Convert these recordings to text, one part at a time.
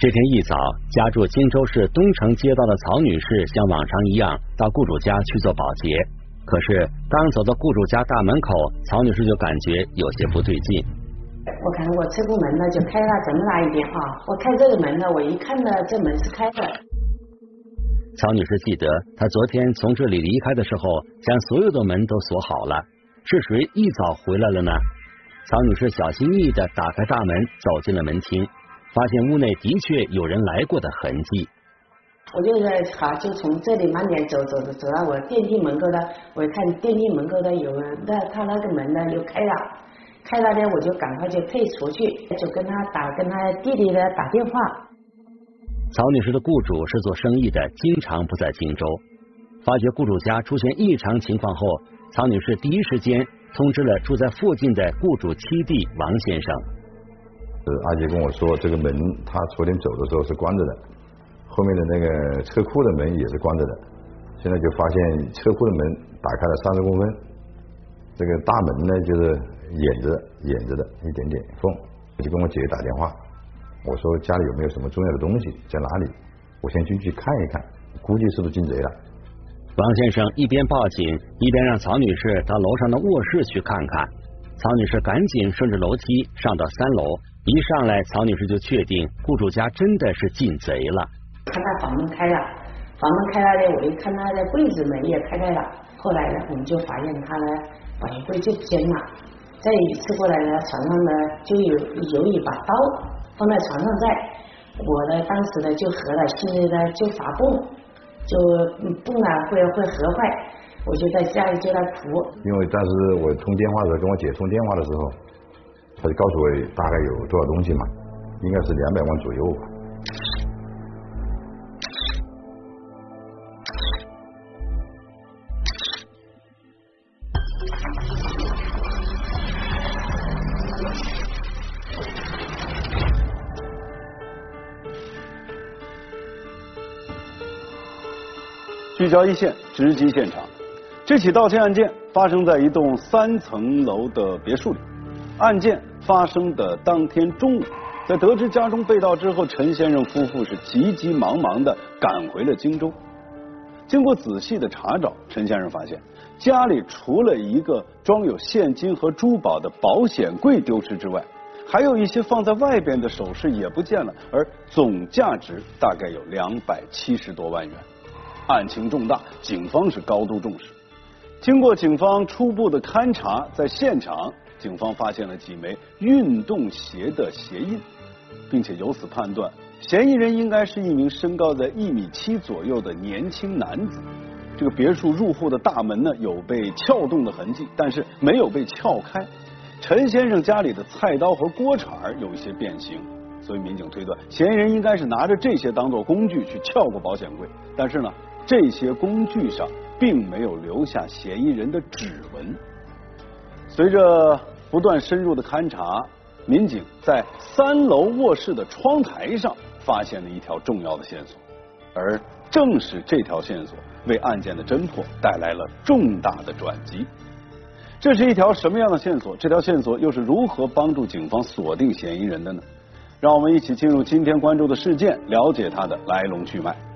这天一早，家住荆州市东城街道的曹女士像往常一样到雇主家去做保洁。可是刚走到雇主家大门口，曹女士就感觉有些不对劲。 我看我车库门呢就开了这么大一点啊，我开这个门呢，我一看呢这门是开的。 曹女士记得，她昨天从这里离开的时候，将所有的门都锁好了。是谁一早回来了呢？曹女士小心翼翼地打开大门，走进了门厅，发现屋内的确有人来过的痕迹。 我就就从这里慢点走到我电梯门口的，我看电梯门口的有人的，他那个门呢又开了呢，我就赶快就退出去，就跟他弟弟呢打电话。 曹女士的雇主是做生意的，经常不在荆州。发觉雇主家出现异常情况后，曹女士第一时间通知了住在附近的雇主七弟王先生。 阿姐跟我说，这个门他昨天走的时候是关着的，后面的那个车库的门也是关着的。现在就发现车库的门打开了30公分，这个大门呢就是掩着的一点点缝。我就跟我姐打电话，我说家里有没有什么重要的东西在哪里，我先进去看一看，估计是不是进贼了。 王先生一边报警，一边让曹女士到楼上的卧室去看看。曹女士赶紧顺着楼梯上到3楼，一上来曹女士就确定雇主家真的是进贼了。 看他房门开了呢，我一看他的柜子门也开了，后来呢我们就发现他呢保险柜就不见了。再一次过来呢，床上呢就有一把刀放在床上在，我呢当时呢就合了，心里呢就发蹦，就蹦了会合坏，我就在家里就在哭。 因为当时我通电话的时候，跟我姐通电话的时候，他就告诉我大概有多少东西嘛，应该是200万左右吧。 聚焦一线，直击现场。这起盗窃案件发生在一栋3层楼的别墅里。案件发生的当天中午，在得知家中被盗之后，陈先生夫妇是急急忙忙地赶回了荆州。经过仔细的查找，陈先生发现家里除了一个装有现金和珠宝的保险柜丢失之外，还有一些放在外边的首饰也不见了，而总价值大概有270多万元。案情重大，警方是高度重视。经过警方初步的勘查，在现场警方发现了几枚运动鞋的鞋印，并且由此判断嫌疑人应该是一名身高在1.7米左右的年轻男子。这个别墅入户的大门呢有被撬动的痕迹，但是没有被撬开。陈先生家里的菜刀和锅铲有一些变形，所以民警推断嫌疑人应该是拿着这些当作工具去撬过保险柜，但是呢这些工具上并没有留下嫌疑人的指纹。随着不断深入的勘查，民警在3楼卧室的窗台上发现了一条重要的线索，而正是这条线索为案件的侦破带来了重大的转机。这是一条什么样的线索？这条线索又是如何帮助警方锁定嫌疑人的呢？让我们一起进入今天关注的事件，了解它的来龙去脉。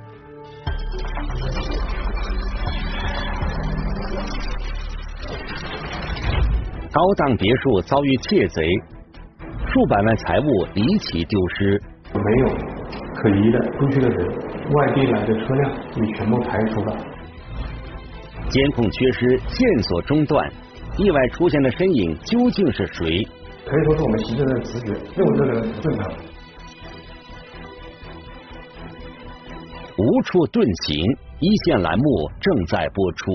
高档别墅遭遇窃贼，数百万财物离奇丢失。 没有可疑的出去的人，外地来的车辆也全部排除了。 监控缺失，线索中断，意外出现的身影究竟是谁？ 可以说是我们行政的直觉，认为这个人不正常。 无处遁形，一线栏目正在播出。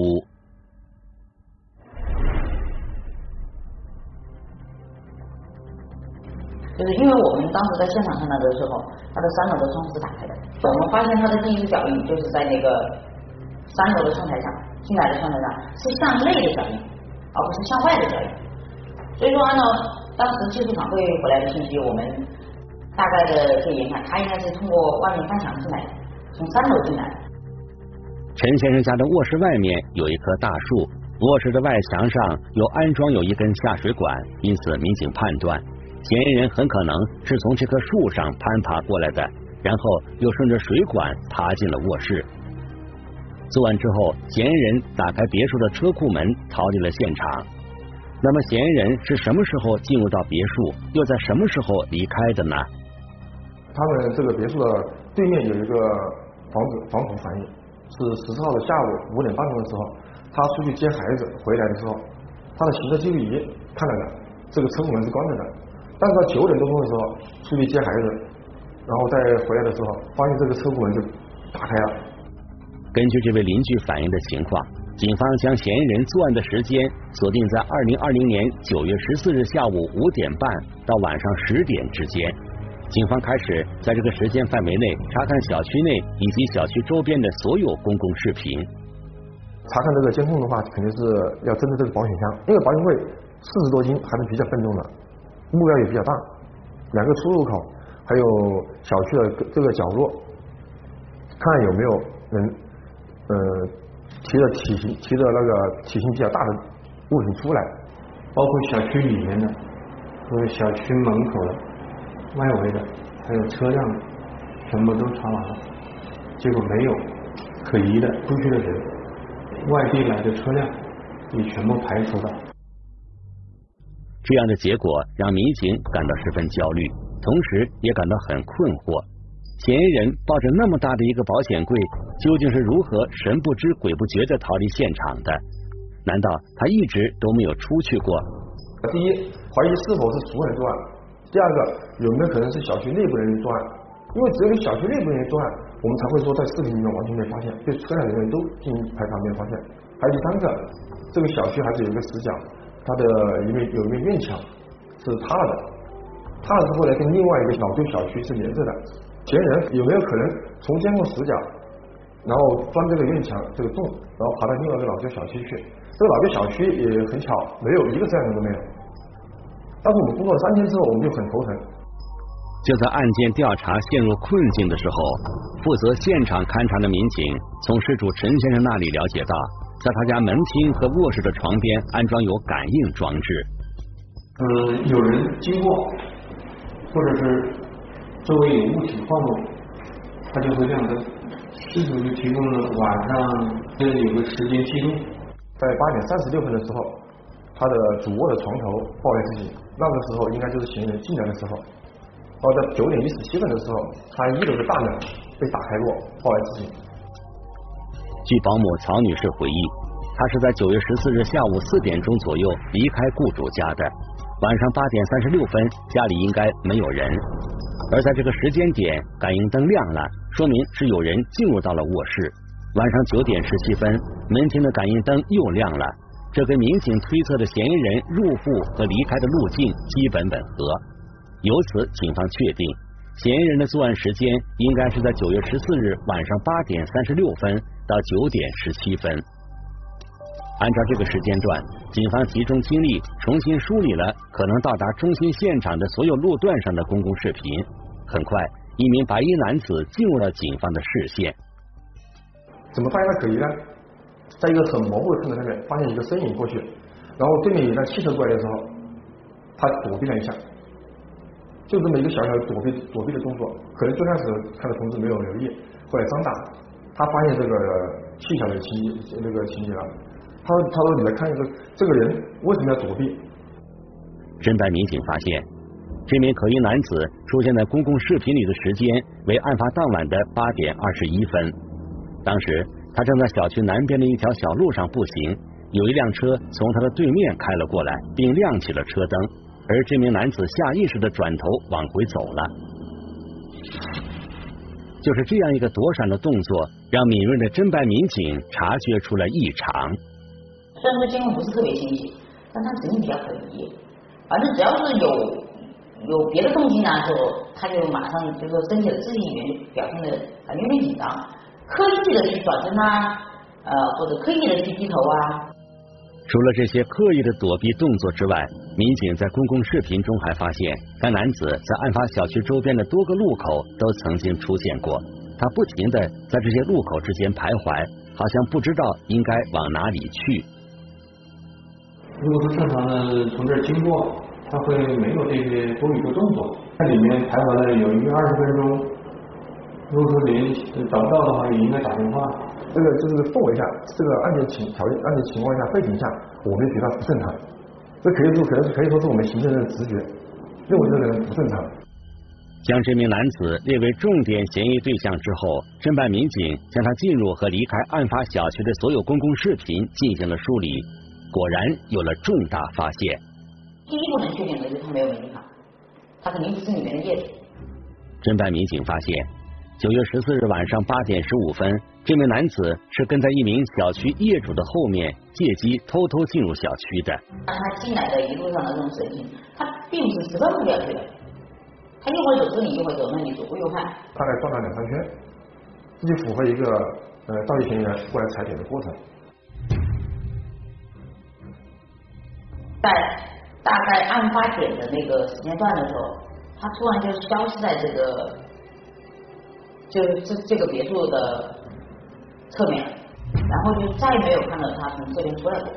就是因为我们当时在现场看到的时候，他的3楼的窗户是打开的，我们发现他的第一只脚印就是在那个3楼的窗台上，进来的窗台上是向内的脚印，而不是向外的脚印。所以说，按照当时技术团队回来的信息，我们大概的这研判，他应该是通过外面翻墙进来的，从3楼进来的。 陈先生家的卧室外面有一棵大树，卧室的外墙上又安装有一根下水管，因此民警判断嫌疑人很可能是从这棵树上攀爬过来的。 然后又顺着水管爬进了卧室。作案之后，嫌疑人打开别墅的车库门逃离了现场。那么嫌疑人是什么时候进入到别墅，又在什么时候离开的呢？ 他们这个别墅的对面有一个防恐反应，是14号的下午5点半钟的时候，他出去接孩子回来的时候，他的行车记录仪看到的这个车库门是关着的，但是到9点多钟的时候出去接孩子，然后再回来的时候，发现这个车库门就打开了。 根据这位邻居反映的情况，警方将嫌疑人作案的时间锁定在2020年9月14日下午5点半到晚上10点之间。警方开始在这个时间范围内查看小区内以及小区周边的所有公共视频。 查看这个监控的话，肯定是要针对这个保险箱，因为保险柜40多斤还是比较笨重的，目标也比较大，2个出入口，还有小区的这个角落，看有没有人提着那个体型比较大的物品出来， 包括小区里面的和小区门口的、外围的，还有车辆的，全部都查完了，结果没有可疑的出去的人，外地来的车辆也全部排除了。 这样的结果让民警感到十分焦虑，同时也感到很困惑。嫌疑人抱着那么大的一个保险柜，究竟是如何神不知鬼不觉地逃离现场的？难道他一直都没有出去过？ 第一，怀疑是否是熟人作案；第二个，有没有可能是小区内部人员作案？因为只有小区内部人员作案，我们才会说在视频里面完全没发现，对车辆人员都进行排查没有发现。还有第三个，这个小区还是有一个死角，它的有一面院墙是塌了的，塌了之后呢，跟另外一个老旧小区是连着的。嫌疑人有没有可能从监控死角，然后钻这个院墙这个洞，然后爬到另外一个老旧小区去？这个老旧小区也很巧，没有一个这样的都没有。但是我们工作了3天之后，我们就很头疼。 就在案件调查陷入困境的时候，负责现场勘查的民警从失主陈先生那里了解到，在他家门厅和卧室的床边安装有感应装置。 有人经过，或者是周围有物体晃动，它就会亮灯。失主就提供了晚上有个时间记录， 在8点36分的时候，他的主卧的床头报来自己，那个时候应该就是嫌疑人进来的时候。然后在9点17分的时候，他1楼的大门被打开过，报来自己。 据保姆曹女士回忆，她是在9月14日下午4点钟左右离开雇主家的，晚上8点36分家里应该没有人，而在这个时间点感应灯亮了，说明是有人进入到了卧室。晚上9点17分门厅的感应灯又亮了，这跟民警推测的嫌疑人入户和离开的路径基本吻合。由此警方确定嫌疑人的作案时间应该是在9月14日晚上8点36分到9点17分。按照这个时间段，警方集中精力重新梳理了可能到达中心现场的所有路段上的公共视频。很快，一名白衣男子进入了警方的视线。 怎么发现他可疑呢？在一个很模糊的空间上面发现一个身影过去，然后对面有一辆汽车过来的时候，他躲避了一下，就这么一个小小的躲避的动作，可能最开始看到同志没有留意，后来张大，他发现这个蹊跷的情节了。他说：“你来看一个这个人为什么要躲避？” 侦办民警发现，这名可疑男子出现在公共视频里的时间为案发当晚的8点21分。当时他正在小区南边的一条小路上步行，有一辆车从他的对面开了过来，并亮起了车灯。而这名男子下意识地转头往回走了。就是这样一个躲闪的动作，让敏锐的侦办民警察觉出了异常。 虽然说监控不是特别清晰，但他指令比较可疑。反正只要是有别的动静啊，就他就马上就说身体的肢体语言表现的有点紧张，刻意的去转身啊，或者刻意的去低头啊。 除了这些刻意的躲避动作之外，民警在公共视频中还发现，该男子在案发小区周边的多个路口都曾经出现过。他不停地在这些路口之间徘徊，好像不知道应该往哪里去。 如果是正常的从这儿经过，他会没有这些多余的动作，在里面徘徊了有1个20分钟， 如果说找不到的话，也应该打电话。 这个就是氛围下，这个案件情况下背景下，我们觉得不正常。这可以说是我们行政的直觉，认为这个人不正常。 将这名男子列为重点嫌疑对象之后，侦办民警将他进入和离开案发小区的所有公共视频进行了梳理，果然有了重大发现。 第一步能确定的就是他没有门禁卡，他肯定不是里面的业主。 侦办民警发现，9月14日晚上8点15分，这名男子是跟在一名小区业主的后面，借机偷偷进入小区的。 他进来的一路上的这种神情，他并不是直奔目标去的，他一会儿走这里，一会儿走那里，左顾右看， 大概转了2-3圈，这就符合一个盗窃嫌疑人过来踩点的过程。 在大概案发点的那个时间段的时候，他突然就消失在这个别墅的侧面，然后就再没有看到他从这边出来过。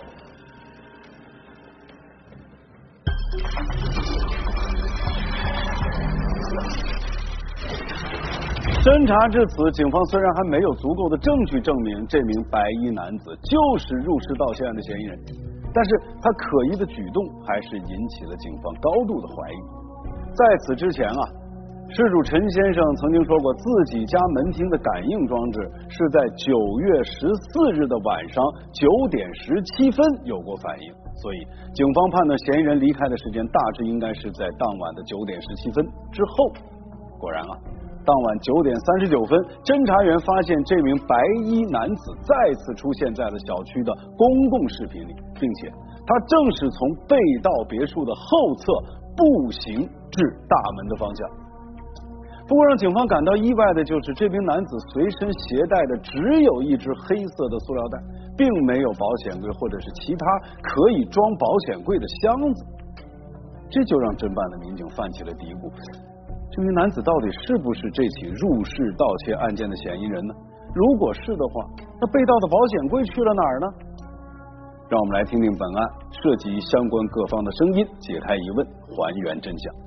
侦查至此，警方虽然还没有足够的证据证明这名白衣男子就是入室盗窃案的嫌疑人，但是他可疑的举动还是引起了警方高度的怀疑。在此之前啊，事主陈先生曾经说过，自己家门厅的感应装置是在9月14日的晚上9点17分有过反应，所以警方判断嫌疑人离开的时间大致应该是在当晚的9点17分之后。果然啊，当晚9点39分，侦查员发现这名白衣男子再次出现在了小区的公共视频里，并且他正是从被盗别墅的后侧步行至大门的方向。不过让警方感到意外的就是，这名男子随身携带的只有一只黑色的塑料袋，并没有保险柜或者是其他可以装保险柜的箱子，这就让侦办的民警泛起了嘀咕：这名男子到底是不是这起入室盗窃案件的嫌疑人呢？如果是的话，那被盗的保险柜去了哪儿呢？让我们来听听本案涉及相关各方的声音，解开疑问，还原真相。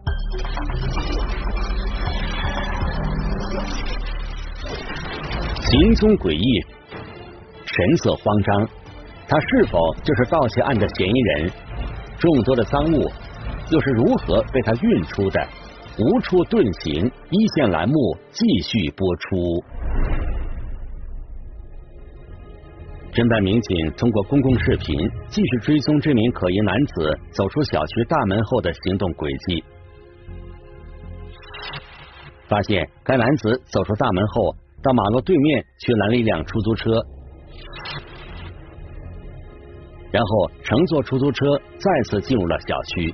行踪诡异，神色慌张，他是否就是盗窃案的嫌疑人？众多的赃物又是如何被他运出的？无处遁形，一线栏目继续播出。侦办民警通过公共视频继续追踪这名可疑男子走出小区大门后的行动轨迹，发现该男子走出大门后，到马路对面去拦了一辆出租车，然后乘坐出租车再次进入了小区。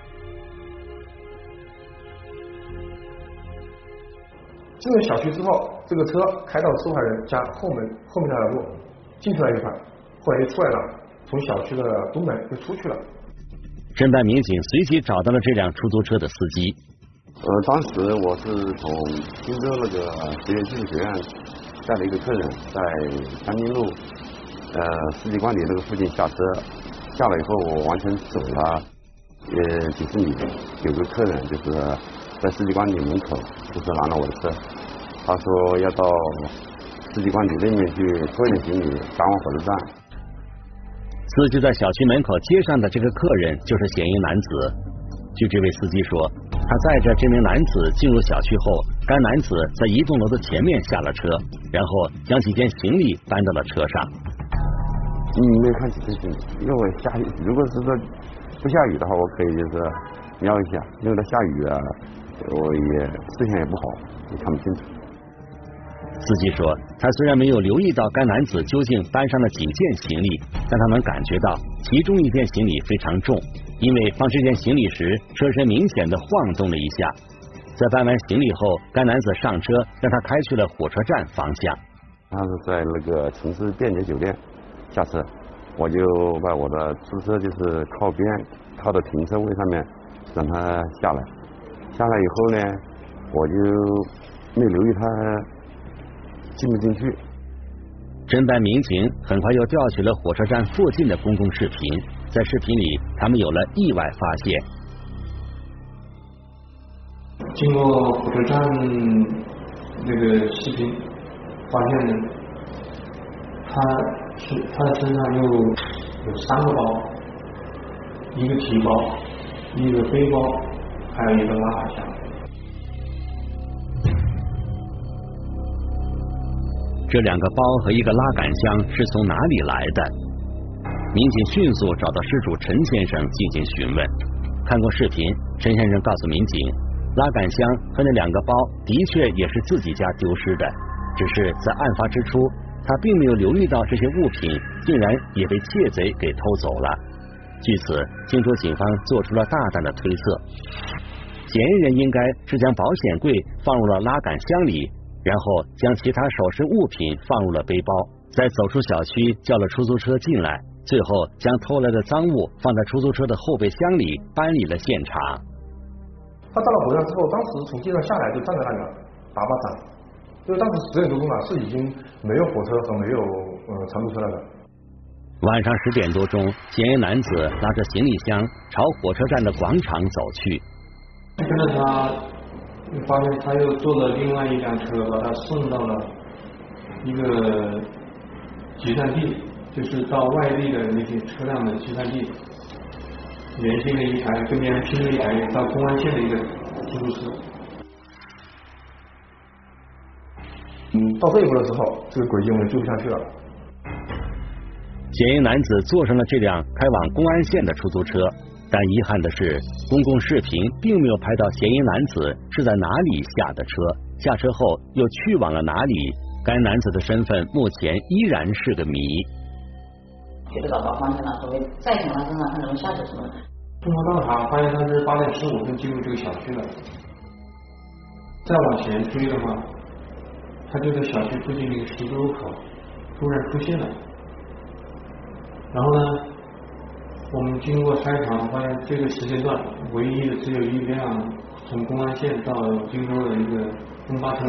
进了小区之后，这个车开到受害人家后面的路，进出来一块，后来又出来了，从小区的东门又出去了。 侦办民警随即找到了这辆出租车的司机。 当时我是从荆州那个职业技术学院带了一个客人，在江宁路世纪官邸那个附近下车，下来以后我完全走了几十米，有个客人就是在世纪官邸门口就是拦了我的车，他说要到世纪官邸那面去拖一点行李赶往火车站。 司机在小区门口接上的这个客人就是嫌疑男子。据这位司机说，他载着这名男子进入小区后，该男子在一栋楼的前面下了车，然后将几件行李搬到了车上。 没有看几件行李，因为我下雨，如果是说不下雨的话，我可以就是瞄一下，因为它下雨啊，我也视线也不好，也看不清楚。 司机说，他虽然没有留意到该男子究竟搬上了几件行李，但他能感觉到其中一件行李非常重，因为放这件行李时，车身明显的晃动了一下。在搬完行李后，该男子上车，让他开去了火车站方向。 他是在那个城市便捷酒店下车，我就把我的出租车就是靠边靠到停车位上面，让他下来。下来以后呢，我就没留意他进不进去。 侦办民警很快又调取了火车站附近的公共视频，在视频里他们有了意外发现。 经过火车站那个视频，发现呢，他的身上有3个包，一个提包，一个背包，还有一个拉杆箱。 这2个包和一个拉杆箱是从哪里来的？民警迅速找到失主陈先生进行询问。看过视频，陈先生告诉民警，拉杆箱和那2个包的确也是自己家丢失的，只是在案发之初，他并没有留意到这些物品竟然也被窃贼给偷走了。据此，荆州警方做出了大胆的推测，嫌疑人应该是将保险柜放入了拉杆箱里，然后将其他首饰物品放入了背包，再走出小区叫了出租车进来，最后将偷来的赃物放在出租车的后备箱里搬离了现场。 他到了火车站之后，当时从街上下来就站在那个大巴上，因为当时10点多钟了，是已经没有火车和没有长途车了的。 晚上10点多钟，嫌疑男子拉着行李箱朝火车站的广场走去。 跟着他，发现他又坐了另外一辆车，把他送到了一个集散地，就是到外地的那些车辆的集散地，联系了一台，跟别人拼了一台到公安县的一个出租车。 到这一步的时候，这个轨迹我们追不下去了。 嫌疑男子坐上了这辆开往公安县的出租车，但遗憾的是，公共视频并没有拍到嫌疑男子是在哪里下的车，下车后又去往了哪里。该男子的身份目前依然是个谜。 觉得找到方向了，所谓再从他身上看怎么下手什么的。 通过调查发现他是8点15分进入这个小区的，再往前追的话，他就在小区附近那个十字路口突然出现了。然后呢，我们经过筛查发现这个时间段唯一的只有一辆从公安县到荆州的一个中巴车。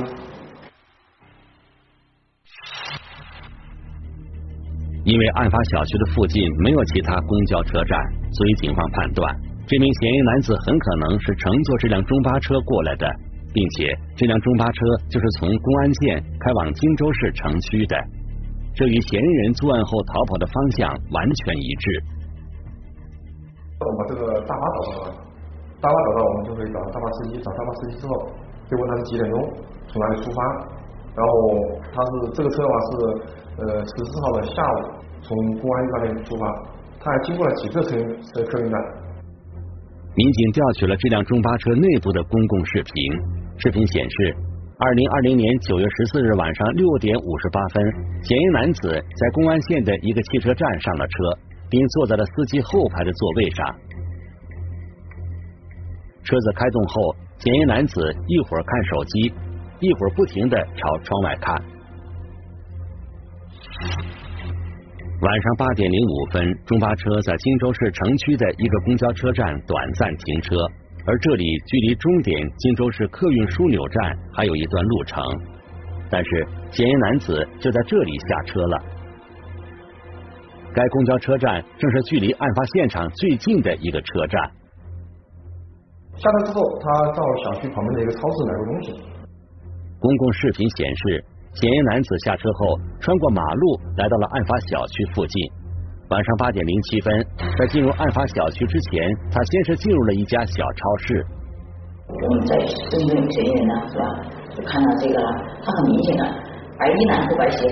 因为案发小区的附近没有其他公交车站，所以警方判断这名嫌疑男子很可能是乘坐这辆中巴车过来的，并且这辆中巴车就是从公安县开往荆州市城区的，这与嫌疑人作案后逃跑的方向完全一致。 我把这个大巴找到了，大巴找到我们就可以找大巴司机，找大巴司机之后就问他是几点钟从哪里出发，然后他是这个车的话是14号的下午从公安那边出发，他还经过了几个客运站。 民警调取了这辆中巴车内部的公共视频，视频显示2020年9月14日晚上6点58分，嫌疑男子在公安县的一个汽车站上了车，并坐在了司机后排的座位上。车子开动后，嫌疑男子一会儿看手机，一会儿不停地朝窗外看。晚上8点05分，中巴车在荆州市城区的一个公交车站短暂停车，而这里距离终点荆州市客运枢纽站还有一段路程，但是嫌疑男子就在这里下车了。该公交车站正是距离案发现场最近的一个车站。 下车之后，他到小区旁边的一个超市买过东西。 公共视频显示，嫌疑男子下车后穿过马路来到了案发小区附近。晚上8点07分，在进入案发小区之前，他先是进入了一家小超市。 我们在针对嫌疑人呢，是吧？就看到这个了，他很明显的白衣蓝裤白鞋，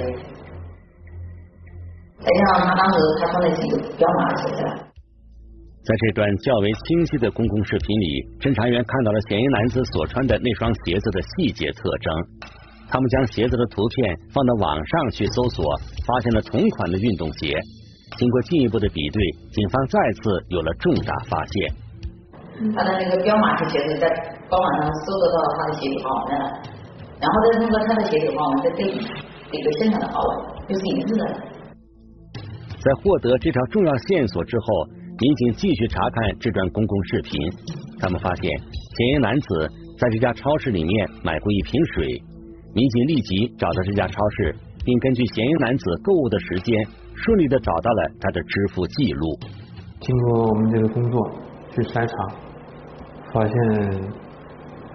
再加上他当时他穿的是一个彪马的鞋子。 在这段较为清晰的公共视频里，侦查员看到了嫌疑男子所穿的那双鞋子的细节特征。他们将鞋子的图片放到网上去搜索，发现了同款的运动鞋。经过进一步的比对，警方再次有了重大发现。 他的那个彪马的鞋子在官网上搜得到他的鞋底花纹了，然后再通过他的鞋底花纹再对比这个现场的花纹，就是一致的。 在获得这条重要线索之后，民警继续查看这段公共视频。他们发现嫌疑男子在这家超市里面买过一瓶水。民警立即找到这家超市，并根据嫌疑男子购物的时间，顺利的找到了他的支付记录。 经过我们这个工作去筛查，发现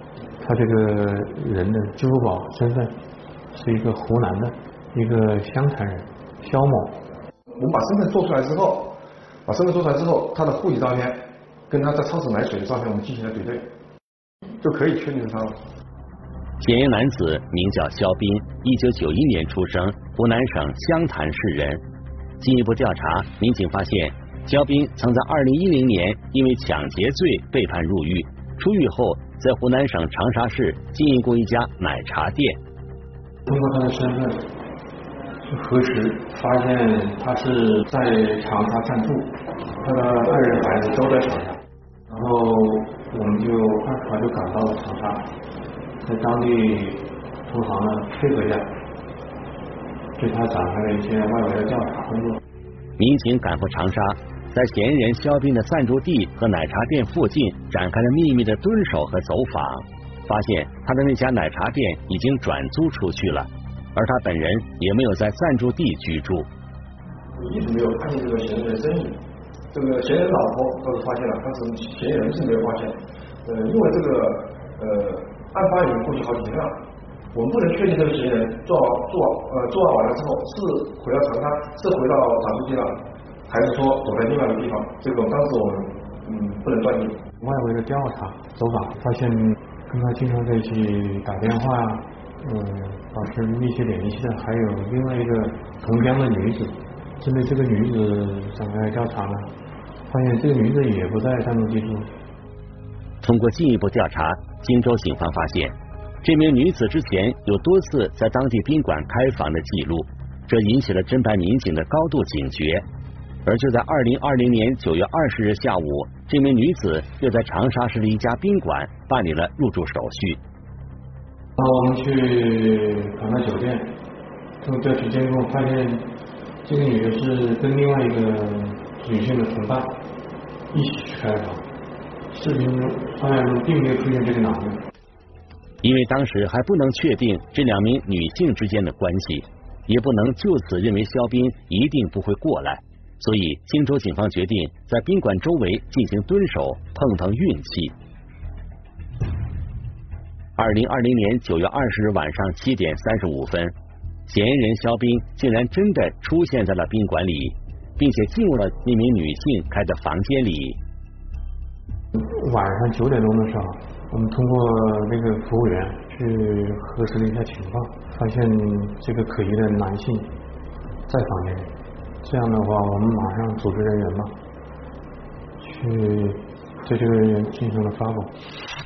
他这个人的支付宝身份是一个湖南的一个湘潭人肖某。 我们把身份做出来之后，他的户籍照片跟他在超市买水的照片我们进行了对对，就可以确定是他了。 嫌疑男子名叫肖斌，1991年出生，湖南省湘潭市人。进一步调查，民警发现肖斌曾在2010年因为抢劫罪被判入狱，出狱后在湖南省长沙市经营过一家奶茶店。 通过他的身份核实，发现他是在长沙暂住，他的2人孩子都在长沙，然后我们就2号就赶到了长沙，在当地同行的配合下，对他展开了一些外围的调查工作。 民警赶赴长沙，在嫌疑人肖斌的暂住地和奶茶店附近展开了秘密的蹲守和走访，发现他的那家奶茶店已经转租出去了，而他本人也没有在暂住地居住。 一直没有发现这个嫌疑人身影，这个嫌疑人老婆倒是发现了，但是嫌疑人是没有发现。因为这个案发已经过去好几天了，我们不能确定这个嫌疑人作案完了之后是回到长沙，是回到暂住地了，还是说躲在另外一个地方，这个当时我们不能断定。 外围的调查走访发现，跟他经常在一起打电话保持密切联系的还有另外一个同乡的女子。针对这个女子展开调查呢，发现这个女子也不在暂住地住。 通过进一步调查，荆州警方发现这名女子之前有多次在当地宾馆开房的记录，这引起了侦办民警的高度警觉。而就在2020年9月20日下午，这名女子又在长沙市的一家宾馆办理了入住手续。 我们去长沙酒店，通过调取监控发现，这个女的是跟另外一个女性的同伴一起去开房，视频中画面中并没有出现这个男的。 因为当时还不能确定这2名女性之间的关系，也不能就此认为肖斌一定不会过来，所以荆州警方决定在宾馆周围进行蹲守，碰碰运气。2020年9月20日晚上7点35分，嫌疑人肖斌竟然真的出现在了宾馆里，并且进入了那名女性开的房间里。 晚上9点钟的时候，我们通过那个服务员去核实了一下情况，发现这个可疑的男性在房间里。这样的话，我们马上组织人员嘛，去对这个人员进行了抓捕。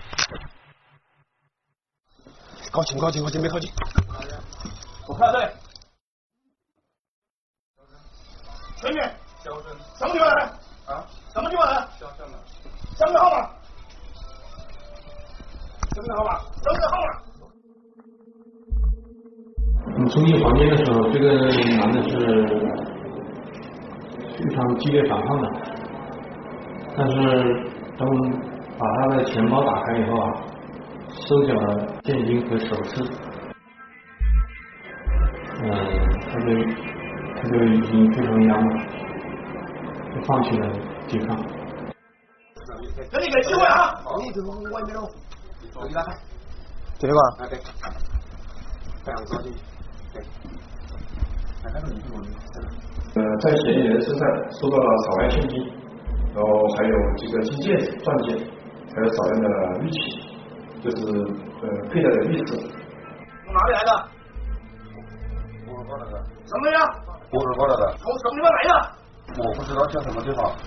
靠近，别靠近！ 我看这里，全员，什么地方来？啊？什么地方来？身份号码。 我们冲进房间的时候，这个男的是非常激烈反抗的，但是当我们把他的钱包打开以后啊，收缴了现金和首饰，他就已经非常压了，就放弃了抵抗。 给你个机会啊！ 你这个外面喽， 手机打开， 这个。 对，这样子进去，对。 在嫌疑人身上收到了少量现金，然后还有这个金戒指、钻戒，还有少量的玉器，就是佩戴的玉饰。 从哪里来的？乌尔的。什么呀？乌尔的。从什么地方来的？我不知道叫什么地方。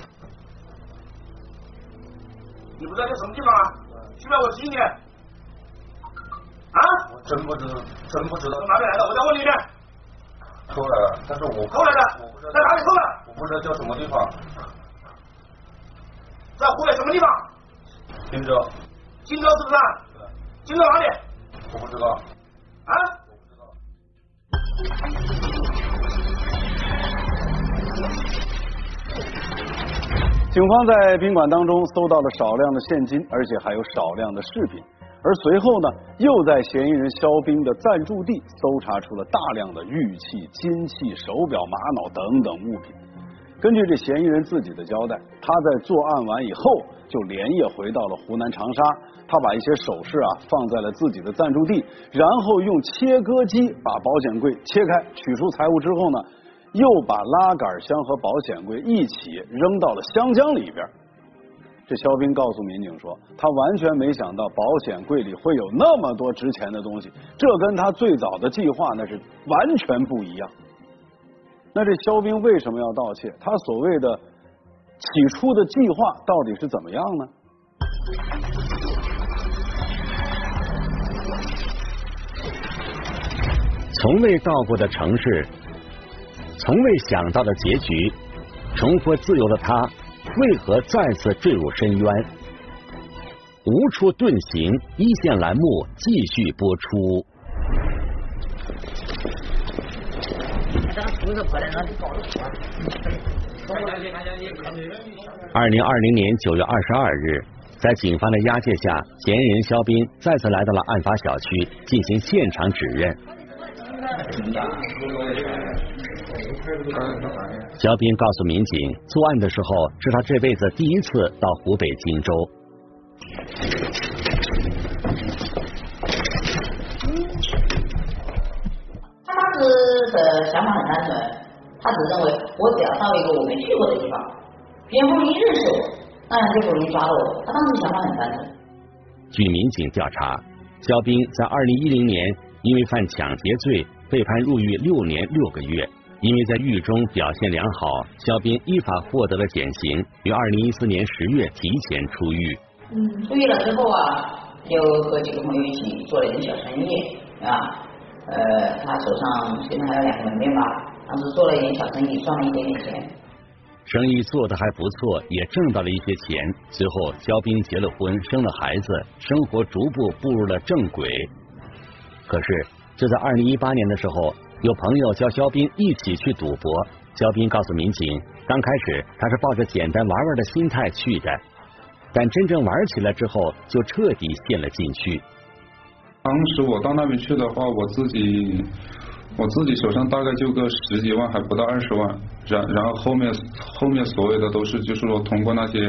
你不知道叫什么地方啊？去不要我指引你。啊？我真不知道。从哪里来的？我再问你一遍。偷来的，但是我偷来的，在哪里偷的？我不知道叫什么地方。在湖北什么地方？荆州。荆州是不是？对。荆州哪里？我不知道。啊？我不知道。 警方在宾馆当中搜到了少量的现金，而且还有少量的饰品。而随后呢，又在嫌疑人肖斌的暂住地搜查出了大量的玉器、金器、手表、玛瑙等等物品。 根据这嫌疑人自己的交代，他在作案完以后就连夜回到了湖南长沙，他把一些首饰放在了自己的暂住地，然后用切割机把保险柜切开，取出财物之后呢，又把拉杆箱和保险柜一起扔到了湘江里边。这肖斌告诉民警说，他完全没想到保险柜里会有那么多值钱的东西，这跟他最早的计划那是完全不一样。那这肖斌为什么要盗窃？他所谓的起初的计划到底是怎么样呢？ 从未到过的城市，从未想到的结局，重获自由的他为何再次坠入深渊？无处遁形，一线栏目继续播出。2020年9月22日，在警方的押解下，嫌疑人肖斌再次来到了案发小区进行现场指认。肖斌告诉民警，作案的时候是他这辈子第一次到湖北荆州。 他当时的想法很单纯，他只认为我只要到一个我没去过的地方，别人不容易认识我，当然就不容易抓到我。他当时想法很单纯。 据民警调查，肖斌在2010年因为犯抢劫罪被判入狱6年6个月。因为在狱中表现良好，肖斌依法获得了减刑，于2014年10月提前出狱。 出狱了之后就和几个朋友一起做了一点小生意他手上现在还有2个门面吧，当时做了一点小生意，赚了一点点钱。 生意做得还不错，也挣到了一些钱。随后，肖斌结了婚，生了孩子，生活逐步步入了正轨。可是，就在2018年的时候，有朋友叫肖斌一起去赌博。肖斌告诉民警，刚开始他是抱着简单玩玩的心态去的，但真正玩起来之后，就彻底陷了进去。 当时我到那边去的话，我自己手上大概就个10几万，还不到20万。然后后面所有的都是就是说通过那些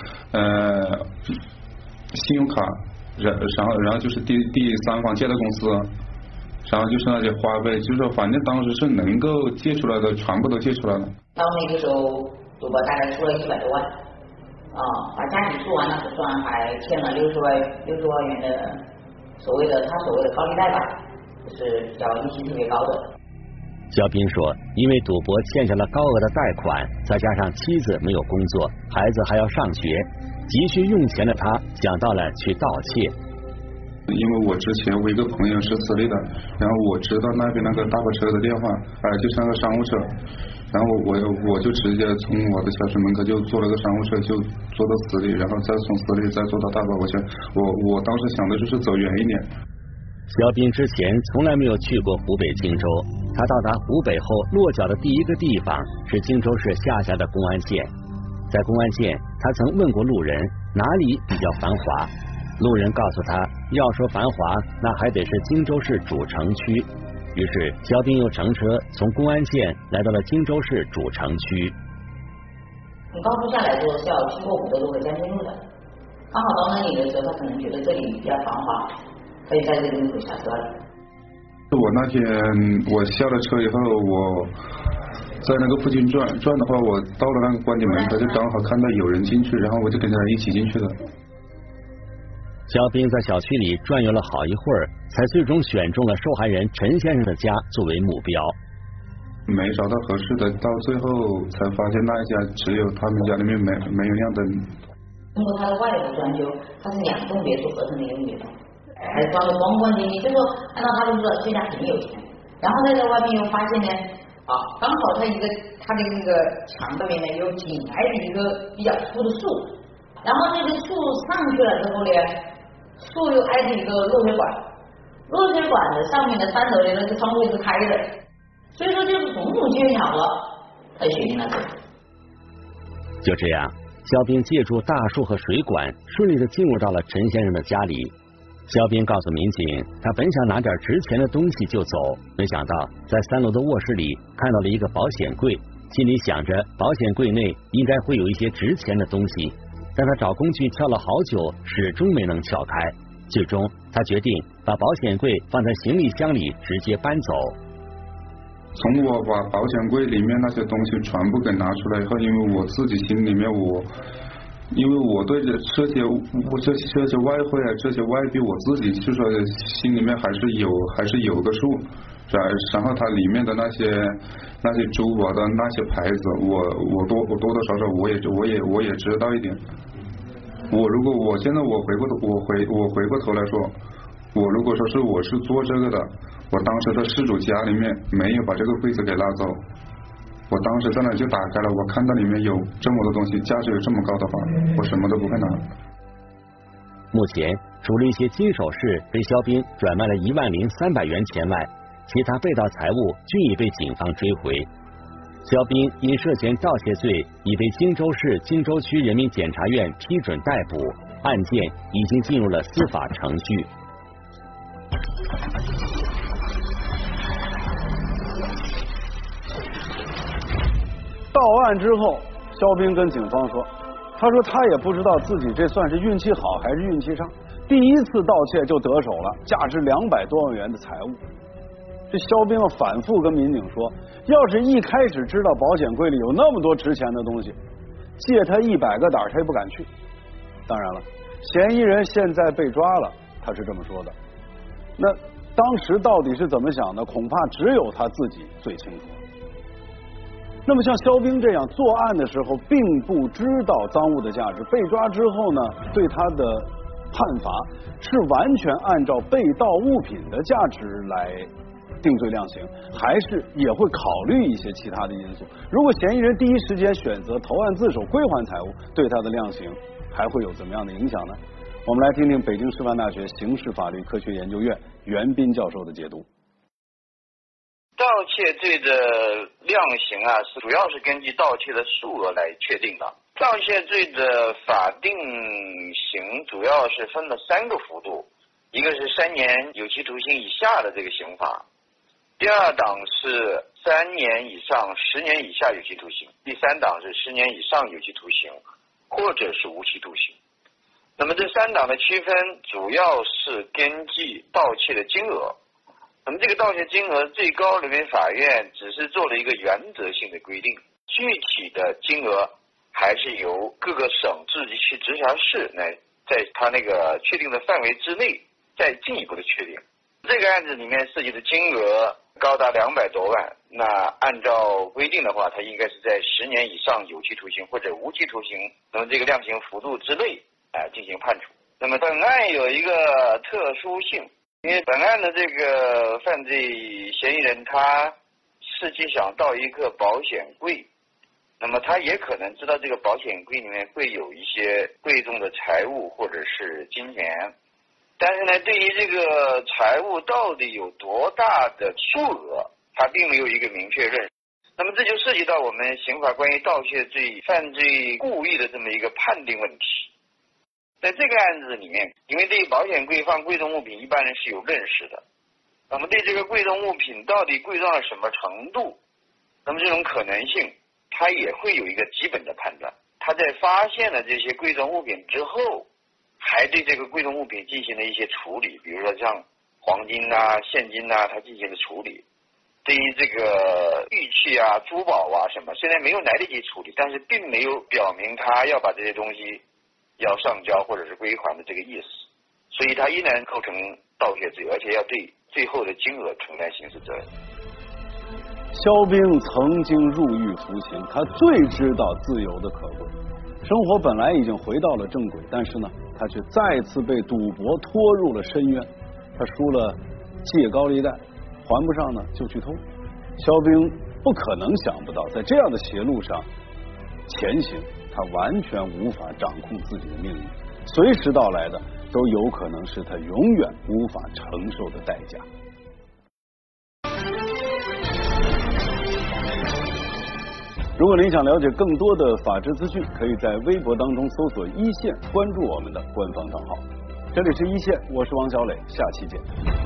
信用卡，然后就是第三方借的公司。然后就是那些花呗，就是说反正当时是能够借出来的，全部都借出来了。 到那个时候，赌博大概出了100多万，把家里做完了不算，还欠了60万元的他所谓的高利贷吧，就是比较利息特别高的。 肖斌说，因为赌博欠下了高额的贷款，再加上妻子没有工作，孩子还要上学，急需用钱的他想到了去盗窃。 因为我之前我一个朋友是私立的，然后我知道那边那个大巴车的电话，就是那个商务车，然后我就直接从我的小区门口就坐了个商务车，就坐到私立，然后再从私立再坐到大巴。我当时想的就是走远一点。 肖斌之前从来没有去过湖北荆州，他到达湖北后落脚的第一个地方是荆州市下辖的公安县。在公安县，他曾问过路人哪里比较繁华。路人告诉他，要说繁华，那还得是荆州市主城区。于是，肖斌又乘车从公安县来到了荆州市主城区。 从高速下来之后是要经过5个多个将军路的，刚好到那里的时候，他可能觉得这里比较繁华，可以在这个路口下车了。 我那天我下了车以后，我在那个附近转的话，我到了那个关检门口，就刚好看到有人进去，然后我就跟着一起进去了。 肖斌在小区里转悠了好一会儿，才最终选中了受害人陈先生的家作为目标。 没找到合适的，到最后才发现那一家只有他们家里面没有亮灯。 通过他的外部装修，它是2栋别墅合成的一个别墅，还装的光光净净，就说按照他就知道这家肯定有钱。然后在外面又发现呢，刚好他的那个墙这边呢又紧挨着一个比较粗的树，然后那个树上去了之后呢，树又挨着一个落水管，落水管的上面的3楼的那个窗户是开的，所以说就是种种技巧了，他决定了这个。 就这样，肖斌借助大树和水管，顺利的进入到了陈先生的家里。肖斌告诉民警，他本想拿点值钱的东西就走，没想到在3楼的卧室里看到了一个保险柜， 心里想着保险柜内应该会有一些值钱的东西，但他找工具撬了好久，始终没能撬开。最终，他决定把保险柜放在行李箱里，直接搬走。 从我把保险柜里面那些东西全部给拿出来以后，因为我自己心里面因为我对这些外汇啊，这些外币，我自己就说心里面还是有个数，然后它里面的那些珠宝的那些牌子，我多多少少我也知道一点。如果我现在我回过头来说，我如果说是我是做这个的，我当时在失主家里面没有把这个柜子给拉走，我当时在那就打开了，我看到里面有这么多东西，价值有这么高的话，我什么都不会拿。 目前除了一些金首饰被肖兵转卖了10300元钱外，其他被盗财物均已被警方追回。肖兵因涉嫌盗窃罪已被荆州市荆州区人民检察院批准逮捕，案件已经进入了司法程序。 到案之后，肖兵跟警方说，他说他也不知道自己这算是运气好还是运气差，第一次盗窃就得手了价值200多万元的财物。这肖兵反复跟民警说，要是一开始知道保险柜里有那么多值钱的东西，借他100个胆他也不敢去。当然了，嫌疑人现在被抓了，他是这么说的。那当时到底是怎么想的，恐怕只有他自己最清楚。那么像肖兵这样作案的时候并不知道赃物的价值，被抓之后呢，对他的判罚是完全按照被盗物品的价值来定罪量刑，还是也会考虑一些其他的因素？如果嫌疑人第一时间选择投案自首归还财物，对他的量刑还会有怎么样的影响呢？我们来听听北京师范大学刑事法律科学研究院袁斌教授的解读。 盗窃罪的量刑啊，主要是根据盗窃的数额来确定的。盗窃罪的法定刑主要是分了3个幅度，一个是3年有期徒刑以下的这个刑罚，第2档是3年以上10年以下有期徒刑，第3档是10年以上有期徒刑或者是无期徒刑。那么这3档的区分主要是根据盗窃的金额。那么这个盗窃金额，最高人民法院只是做了一个原则性的规定，具体的金额还是由各个省自治区直辖市来在他那个确定的范围之内再进一步的确定。这个案子里面涉及的金额高达200多万，那按照规定的话，它应该是在10年以上有期徒刑或者无期徒刑，那么这个量刑幅度之内进行判处。那么本案有一个特殊性，因为本案的这个犯罪嫌疑人他实际想盗一个保险柜，那么他也可能知道这个保险柜里面会有一些贵重的财物或者是金钱，但是呢，对于这个财物到底有多大的数额，他并没有一个明确认识。那么这就涉及到我们刑法关于盗窃罪犯罪故意的这么一个判定问题。在这个案子里面，因为对于保险柜放贵重物品，一般人是有认识的。那么对这个贵重物品到底贵重到什么程度，那么这种可能性，他也会有一个基本的判断。他在发现了这些贵重物品之后，还对这个贵重物品进行了一些处理，比如说像黄金啊、现金啊，他进行了处理。对于这个玉器啊、珠宝啊什么，虽然没有来得及处理，但是并没有表明他要把这些东西要上交或者是归还的这个意思，所以他依然构成盗窃罪，而且要对最后的金额承担刑事责任。 肖兵曾经入狱服刑，他最知道自由的可贵，生活本来已经回到了正轨，但是呢，他却再次被赌博拖入了深渊。他输了借高利贷，还不上呢就去偷。肖兵不可能想不到，在这样的邪路上前行，他完全无法掌控自己的命运，随时到来的都有可能是他永远无法承受的代价。如果您想了解更多的法治资讯，可以在微博当中搜索一线，关注我们的官方账号。这里是一线，我是王小磊，下期见。